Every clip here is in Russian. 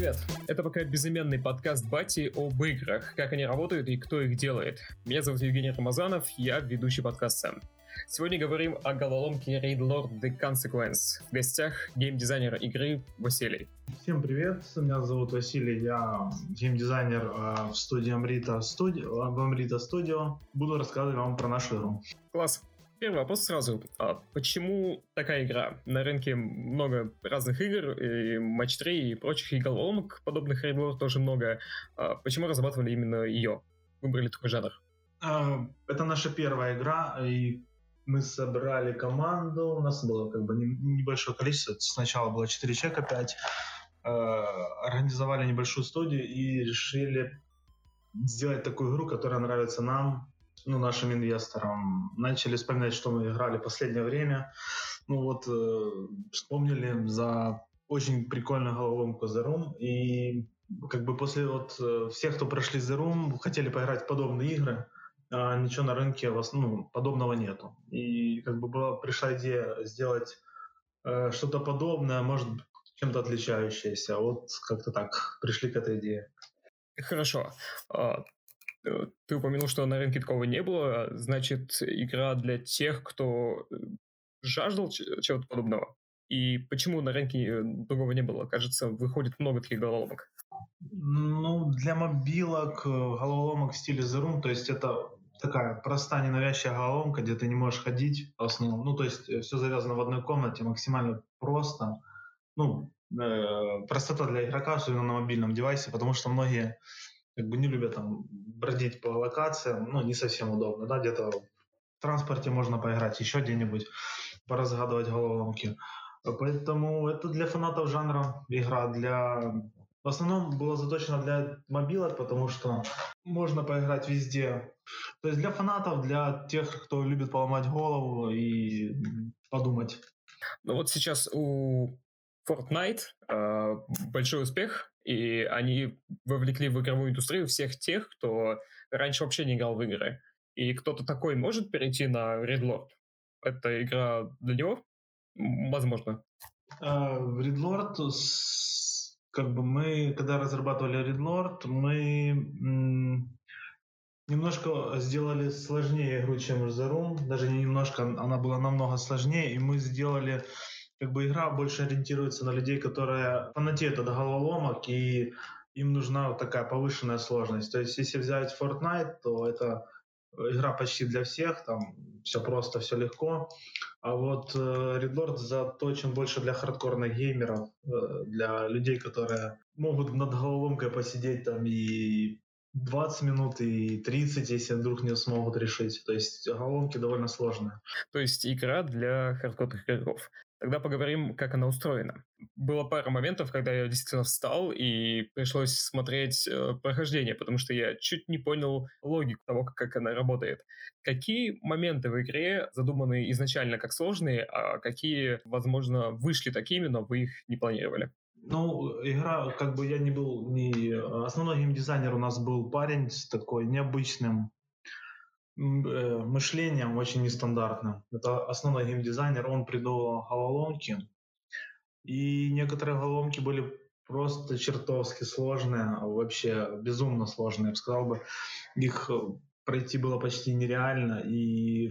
привет! Это пока безыменный подкаст Бати об играх, как они работают и кто их делает. Меня зовут Евгений Рамазанов, я ведущий подкаста. Сегодня говорим о головоломке Raid Lord The Consequence. В гостях геймдизайнер игры Василий. Всем привет, меня зовут Василий, я геймдизайнер в студии Amrita Studio. Буду рассказывать вам про нашу игру. Класс. Первый вопрос сразу. Почему такая игра? На рынке много разных игр, и Match 3 и прочих, и головоломок, подобных Raid Lord тоже много. Почему разрабатывали именно ее? Выбрали такой жанр? Это наша первая игра, и мы собрали команду, у нас было небольшое количество, сначала было 4 человека, 5, организовали небольшую студию и решили сделать такую игру, которая нравится нам, нашим инвесторам. Начали вспоминать, что мы играли в последнее время. Вспомнили за очень прикольную головоломку The Room. И после всех, кто прошли The Room, хотели поиграть в подобные игры, а ничего на рынке подобного нету. И пришла идея сделать что-то подобное, может, чем-то отличающееся. Вот как-то так пришли к этой идее. Хорошо. Ты упомянул, что на рынке такого не было. Значит, игра для тех, кто жаждал чего-то подобного. И почему на рынке другого не было? Кажется, выходит много таких головоломок. Для мобилок головоломок в стиле The Room, то есть это такая простая ненавязчивая головоломка, где ты не можешь ходить в основном. То есть все завязано в одной комнате, максимально просто. Простота для игрока, особенно на мобильном девайсе, потому что многие не любят бродить по локациям, не совсем удобно, да, где-то в транспорте можно поиграть, еще где-нибудь поразгадывать головоломки. Поэтому это для фанатов жанра игра, в основном была заточена для мобилок, потому что можно поиграть везде. То есть для фанатов, для тех, кто любит поломать голову и подумать. Сейчас у Fortnite большой успех, и они вовлекли в игровую индустрию всех тех, кто раньше вообще не играл в игры. И кто-то такой может перейти на Raid Lord? Это игра для него? Возможно. В Raid Lord, мы, когда разрабатывали Raid Lord, мы немножко сделали сложнее игру, чем The Room. Даже не немножко, она была намного сложнее, и мы сделали... игра больше ориентируется на людей, которые фанатеют от головоломок, и им нужна такая повышенная сложность. То есть, если взять Fortnite, то это игра почти для всех, там все просто, все легко. А вот Raid Lord заточен больше для хардкорных геймеров, для людей, которые могут над головоломкой посидеть там и 20 минут, и 30, если вдруг не смогут решить. То есть головоломки довольно сложные. То есть игра для хардкорных игроков. Тогда поговорим, как она устроена. Было пара моментов, когда я действительно встал и пришлось смотреть прохождение, потому что я чуть не понял логику того, как она работает. Какие моменты в игре задуманы изначально как сложные, а какие, возможно, вышли такими, но вы их не планировали? Игра, я не был Основной геймдизайнер у нас был парень с такой необычным мышлением, очень нестандартным. Это основной геймдизайнер, он придумал головоломки. И некоторые головоломки были просто чертовски сложные, вообще безумно сложные, я бы сказал бы. Их пройти было почти нереально. И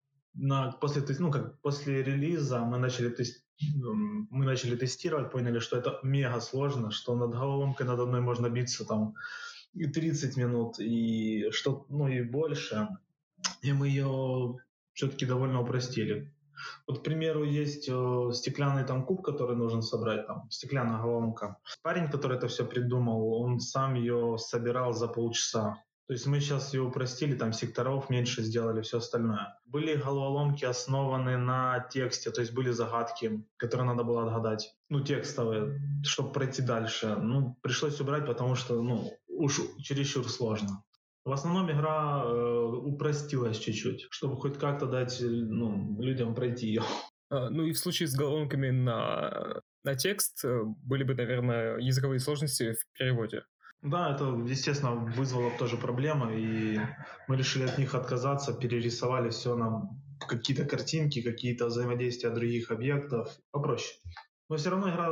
после релиза мы начали тестировать, поняли, что это мега сложно, что над головоломкой над одной можно биться там и 30 минут, и и больше. И мы ее все-таки довольно упростили. Вот, к примеру, есть стеклянный куб, который нужно собрать, стеклянная головоломка. Парень, который это все придумал, он сам ее собирал за полчаса. То есть мы сейчас ее упростили, секторов меньше сделали, все остальное. Были головоломки, основанные на тексте, то есть были загадки, которые надо было отгадать. Текстовые, чтобы пройти дальше. Пришлось убрать, потому что, уж чересчур сложно. В основном игра упростилась чуть-чуть, чтобы хоть как-то дать людям пройти ее. И в случае с головоломками на текст были бы, наверное, языковые сложности в переводе. Да, это, естественно, вызвало тоже проблемы, и мы решили от них отказаться, перерисовали все на какие-то картинки, какие-то взаимодействия других объектов попроще. Но все равно игра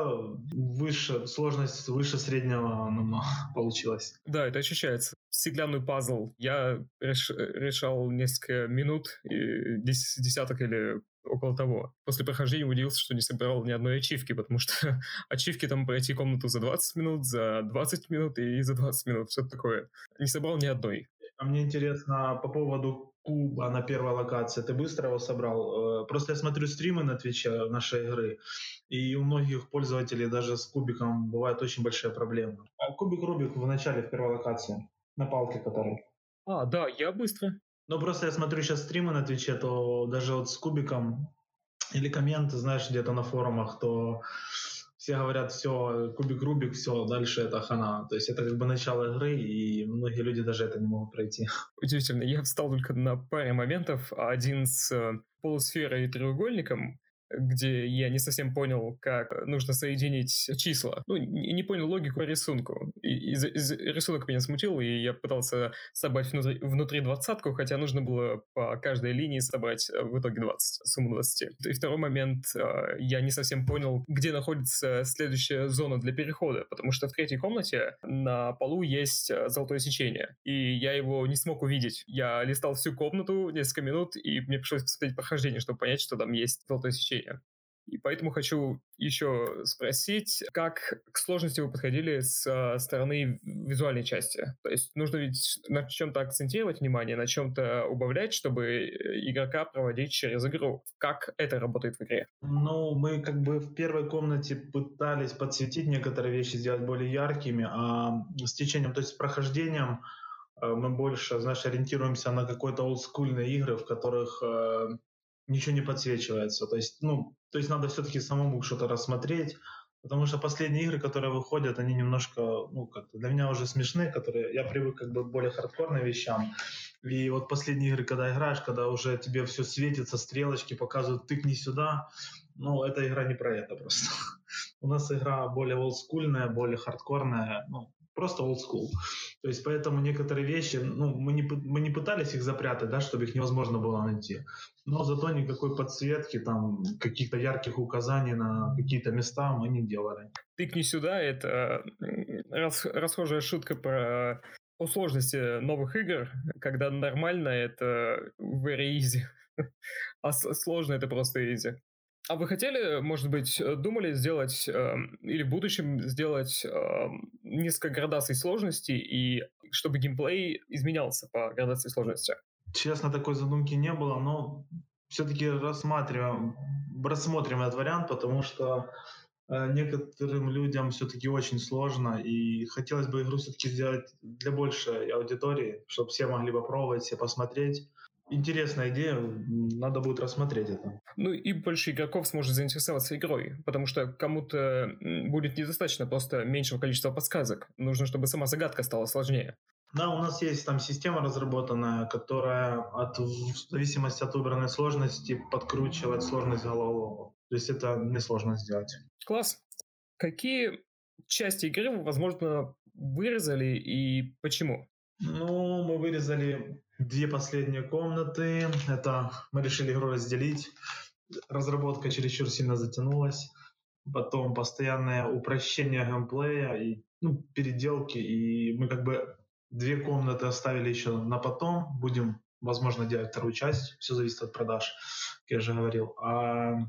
выше, сложность выше среднего намного получилась. Да, это ощущается. Стеклянный пазл. Я решал несколько минут, десяток или около того. После прохождения удивился, что не собирал ни одной ачивки, потому что ачивки там пройти комнату за 20 минут, за 20 минут и за 20 минут, что-то такое. Не собрал ни одной. А мне интересно по поводу куба на первой локации. Ты быстро его собрал? Просто я смотрю стримы на Твиче нашей игры, и у многих пользователей даже с кубиком бывают очень большие проблемы. А кубик Рубик в начале, в первой локации, на палке которой. Да, я быстро. Ну, просто я смотрю сейчас стримы на Твиче, то даже вот с кубиком или комменты, знаешь, где-то на форумах, то все говорят, все, кубик Рубик, все, дальше это хана. То есть это как бы начало игры, и многие люди даже это не могут пройти. Удивительно, я встал только на паре моментов. Один с полусферой и треугольником, где я не совсем понял, как нужно соединить числа. Ну, не понял логику по рисунку. Рисунок меня смутил, и я пытался собрать внутри двадцатку, хотя нужно было по каждой линии собрать в итоге 20, сумму 20. И второй момент, я не совсем понял, где находится следующая зона для перехода, потому что в третьей комнате на полу есть золотое сечение, и я его не смог увидеть. Я листал всю комнату несколько минут, и мне пришлось посмотреть прохождение, чтобы понять, что там есть золотое сечение. И поэтому хочу еще спросить, как к сложности вы подходили с стороны визуальной части? То есть нужно ведь на чем-то акцентировать внимание, на чем-то убавлять, чтобы игрока проводить через игру. Как это работает в игре? Ну, мы как бы в первой комнате пытались подсветить некоторые вещи, сделать более яркими, а с течением, то есть с прохождением мы больше, знаешь, ориентируемся на какой-то олдскульные игры, в которых ничего не подсвечивается. То есть надо все-таки самому что-то рассмотреть, потому что последние игры, которые выходят, они немножко, ну, как-то для меня уже смешны, которые я привык как бы к более хардкорным вещам. И вот последние игры, когда играешь, когда уже тебе все светится, стрелочки показывают, тыкни сюда, ну, эта игра не про это просто. У нас игра более олдскульная, более хардкорная, ну, просто old school. То есть поэтому некоторые вещи, ну, мы не пытались их запрятать, да, чтобы их невозможно было найти. Но зато никакой подсветки, там, каких-то ярких указаний на какие-то места мы не делали. Тыкни сюда — это расхожая шутка о сложности новых игр, когда нормально — это very easy, а сложно — это просто easy. А вы хотели, может быть, думали сделать, или в будущем сделать несколько градаций сложности, и чтобы геймплей изменялся по градации сложности? Честно, такой задумки не было, но все-таки рассмотрим этот вариант, потому что некоторым людям все-таки очень сложно, и хотелось бы игру все-таки сделать для большей аудитории, чтобы все могли попробовать, все посмотреть. Интересная идея, надо будет рассмотреть это. Ну и больше игроков сможет заинтересоваться игрой, потому что кому-то будет недостаточно просто меньшего количества подсказок. Нужно, чтобы сама загадка стала сложнее. Да, у нас есть там система разработанная, которая в зависимости от выбранной сложности подкручивает сложность головоломок. То есть это несложно сделать. Класс. Какие части игры, возможно, вырезали и почему? Ну, мы вырезали 2 последние комнаты. Это мы решили игру разделить. Разработка чересчур сильно затянулась. Потом постоянное упрощение геймплея и переделки. И мы как бы 2 комнаты оставили еще на потом. Будем, возможно, делать вторую часть. Все зависит от продаж, как я уже говорил. А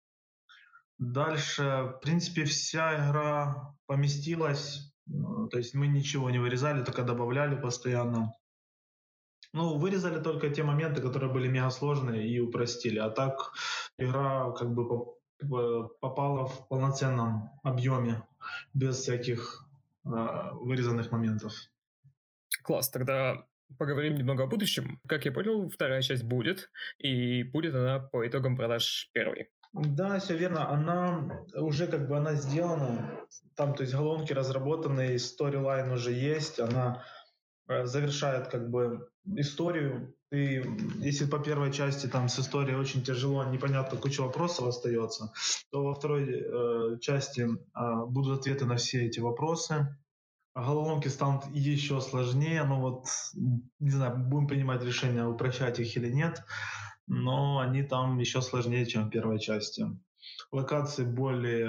дальше, в принципе, вся игра поместилась. То есть мы ничего не вырезали, только добавляли постоянно. Ну, вырезали только те моменты, которые были мега сложные и упростили. А так игра как бы попала в полноценном объеме, без всяких вырезанных моментов. Класс, тогда поговорим немного о будущем. Как я понял, вторая часть будет, и будет она по итогам продаж первой. Да, все верно. Она уже как бы она сделана. Там, то есть головки разработаны, сторилайн уже есть. Она завершает как бы историю. И если по первой части там с историей очень тяжело, непонятно, куча вопросов остается, то во второй части будут ответы на все эти вопросы. Головоломки станут еще сложнее, но вот, не знаю, будем принимать решение, упрощать их или нет, но они там еще сложнее, чем в первой части. Локации более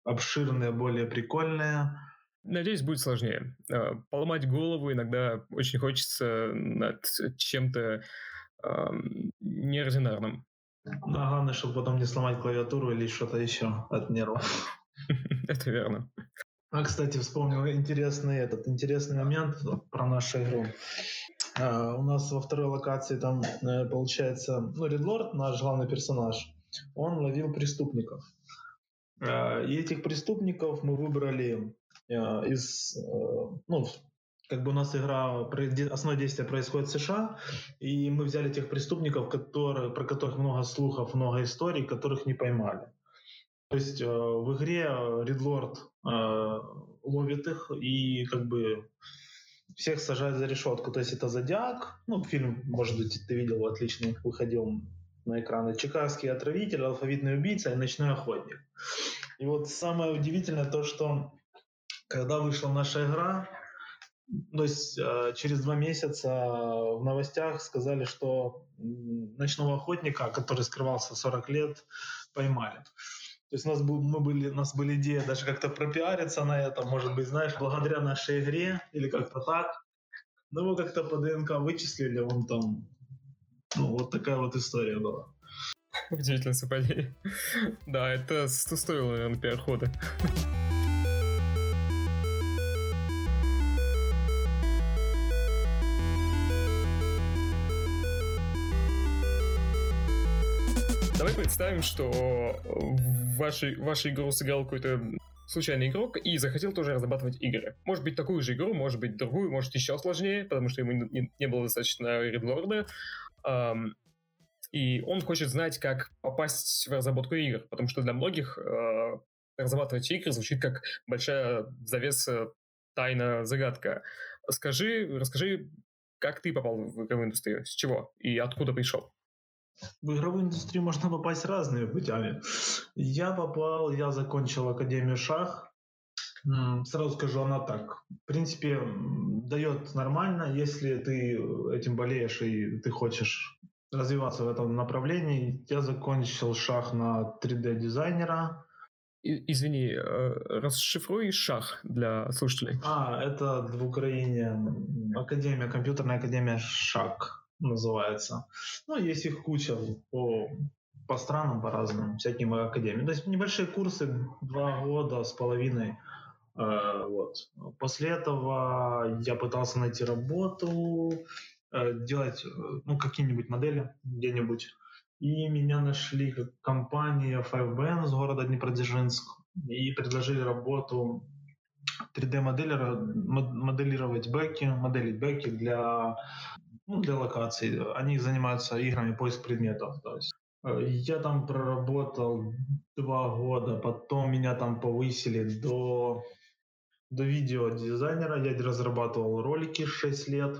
обширные, более прикольные. Надеюсь, будет сложнее. Поломать голову иногда очень хочется над чем-то неординарным. А главное, чтобы потом не сломать клавиатуру или что-то еще от нервов. Это верно. Кстати, вспомнил интересный момент про нашу игру. У нас во второй локации там, получается, Редлорд, наш главный персонаж, он ловил преступников. И этих преступников мы выбрали из... как бы у нас игра, основное действие происходит в США, и мы взяли тех преступников, про которых много слухов, много историй, которых не поймали. То есть в игре Редлорд ловит их и как бы всех сажают за решетку. То есть это Зодиак, фильм, может быть, ты видел, отличный, выходил на экраны. Чикагский отравитель, алфавитный убийца и ночной охотник. И вот самое удивительное то, что когда вышла наша игра, то есть через 2 месяца в новостях сказали, что ночного охотника, который скрывался 40 лет, поймали. То есть у нас были идеи даже как-то пропиариться на этом, может быть, знаешь, благодаря нашей игре или как-то так. Но его как-то по ДНК вычислили, он там... вот такая вот история была. Удивительное совпадение. Да, это стоило, наверное, перехода. Давай представим, что в вашу игру сыграл какой-то случайный игрок и захотел тоже разрабатывать игры. Может быть, такую же игру, может быть, другую, может, еще сложнее, потому что ему не было достаточно Редлорда. И он хочет знать, как попасть в разработку игр, потому что для многих разрабатывать игры звучит как большая завеса, тайна, загадка. Расскажи, как ты попал в игровую индустрию, с чего и откуда пришел? В игровую индустрию можно попасть разными путями. Я закончил Академию шах. Сразу скажу, она так, в принципе, дает нормально, если ты этим болеешь и ты хочешь развиваться в этом направлении. Я закончил шах на 3D-дизайнера. Извини, расшифруй шах для слушателей. Это в Украине компьютерная академия шах называется. Есть их куча по странам, по-разному, всяким академиям. То есть небольшие курсы, 2 года с половиной. Вот. После этого я пытался найти работу, делать какие-нибудь модели где-нибудь. И меня нашли компания 5BN с города Днепродзержинск и предложили работу 3D-моделера, моделировать моделить бэки для локаций. Они занимаются играми поиск предметов. То есть я там проработал 2 года, потом меня там повысили до видеодизайнера. Я разрабатывал ролики 6 лет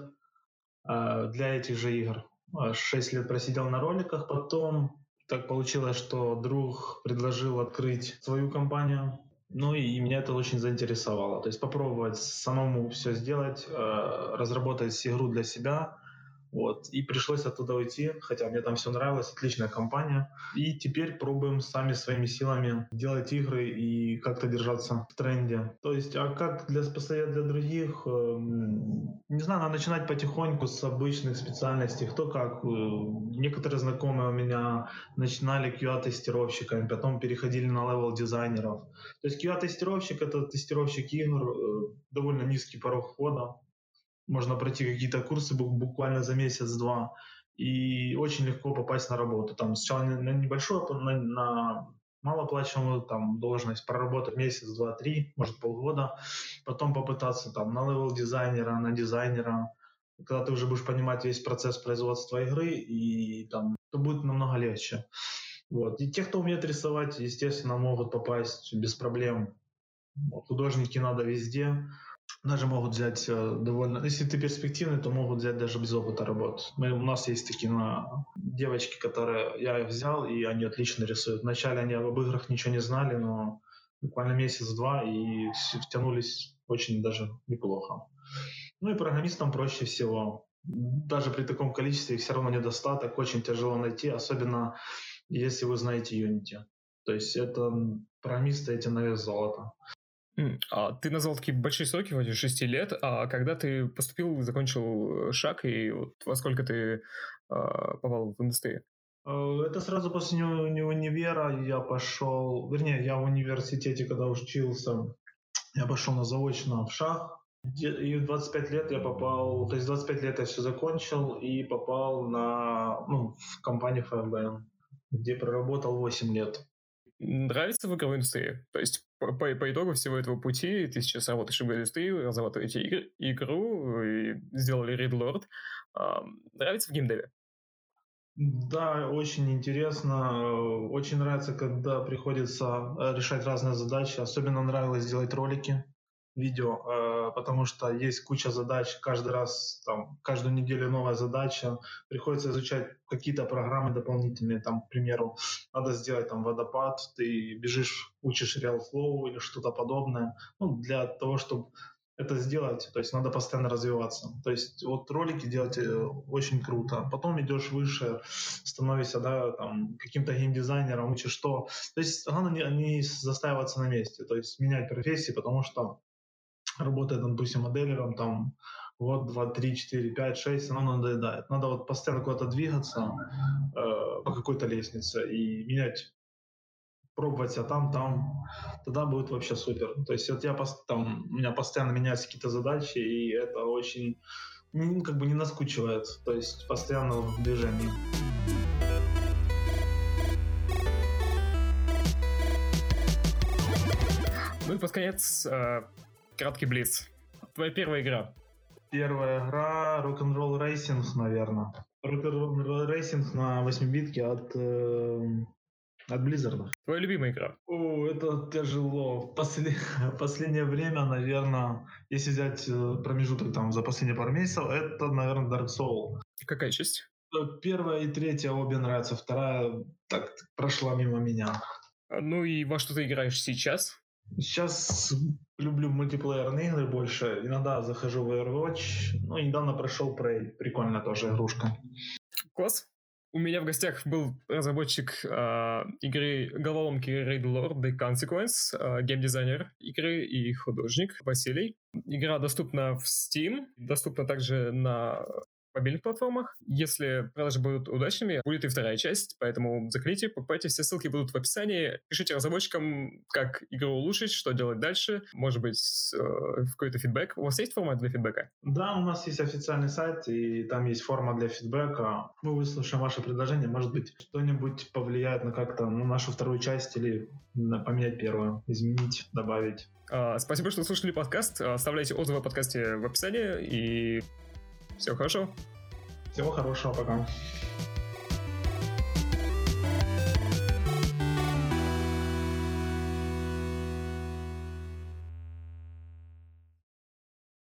для этих же игр. 6 лет просидел на роликах, потом так получилось, что друг предложил открыть свою компанию. И меня это очень заинтересовало. То есть попробовать самому все сделать, разработать игру для себя. Вот. И пришлось оттуда уйти, хотя мне там все нравилось, отличная компания. И теперь пробуем сами своими силами делать игры и как-то держаться в тренде. То есть, как постоять для других, не знаю, надо начинать потихоньку с обычных специальностей. Кто как. Некоторые знакомые у меня начинали QA-тестировщиками, потом переходили на левел дизайнеров. То есть QA-тестировщик — это тестировщик игр, довольно низкий порог входа. Можно пройти какие-то курсы буквально за месяц-два и очень легко попасть на работу. Там сначала на небольшую, на малооплачиваемую там должность, проработать месяц, 2, 3, может полгода, потом попытаться там на левел дизайнера, на дизайнера. Когда ты уже будешь понимать весь процесс производства игры, и там то будет намного легче. Вот. И те, кто умеет рисовать, естественно, могут попасть без проблем. Художники надо везде. Даже могут взять довольно... Если ты перспективный, то могут взять даже без опыта работы. У нас есть такие девочки, которые я их взял, и они отлично рисуют. Вначале они об играх ничего не знали, но буквально месяц-два и втянулись очень даже неплохо. И программистам проще всего. Даже при таком количестве их все равно недостаток, очень тяжело найти, особенно если вы знаете Unity. То есть это промис стоите на вес золота. А ты назвал такие большие сроки, вроде 6 лет, а когда ты поступил, закончил шаг, и вот во сколько ты попал в индустрию? Это сразу после универа я пошел, вернее, я в университете, когда учился, я пошел на заочно в шах, и в 25 лет я попал, то есть 25 лет я все закончил и попал в компанию ФБН, где проработал 8 лет. Нравится в игровой индустрии? То есть по итогу всего этого пути ты сейчас работаешь в индустрии, разрабатываете игру, и сделали Red Lord. Нравится в геймдеве? Да, очень интересно. Очень нравится, когда приходится решать разные задачи. Особенно нравилось делать ролики, видео, потому что есть куча задач. Каждый раз, каждую неделю новая задача. Приходится изучать какие-то программы дополнительные. Там, к примеру, надо сделать водопад. Ты бежишь, учишь RealFlow или что-то подобное. Для того, чтобы это сделать, то есть надо постоянно развиваться. То есть вот ролики делать очень круто. Потом идешь выше, становишься, каким-то геймдизайнером, учишь что. То есть главное не застаиваться на месте, то есть менять профессии, потому что работая, допустим, моделером, год, 2, 3, 4, 5, 6, оно надоедает. Надо вот постоянно куда-то двигаться по какой-то лестнице и менять, пробовать себя там, тогда будет вообще супер. То есть вот у меня постоянно меняются какие-то задачи, и это очень, не наскучивает. То есть постоянно в движении. Ну и под конец краткий блиц. Твоя первая игра? Первая игра Rock'n'Roll Racing, наверное. Rock'n'Roll Racing на 8-битке от Blizzard. Твоя любимая игра? Это тяжело. Последнее время, наверное, если взять промежуток за последние пару месяцев, это, наверное, Dark Souls. Какая часть? Первая и третья обе нравятся, вторая так прошла мимо меня. Ну и во что ты играешь сейчас? Сейчас люблю мультиплеерные игры больше. Иногда захожу в Overwatch. Недавно прошел Prey. Прикольная тоже игрушка. Класс. У меня в гостях был разработчик игры головоломки Raid Lord The Consequence, геймдизайнер игры и художник Василий. Игра доступна в Steam, доступна также на мобильных платформах. Если продажи будут удачными, будет и вторая часть, поэтому заходите, покупайте, все ссылки будут в описании. Пишите разработчикам, как игру улучшить, что делать дальше, может быть, какой-то фидбэк. У вас есть форма для фидбэка? Да, у нас есть официальный сайт, и там есть форма для фидбэка. Мы выслушаем ваше предложение, может быть, что-нибудь повлияет на нашу вторую часть или поменять первую, изменить, добавить. Спасибо, что слушали подкаст. Оставляйте отзывы о подкасте в описании, и всего хорошего. Всего хорошего, пока.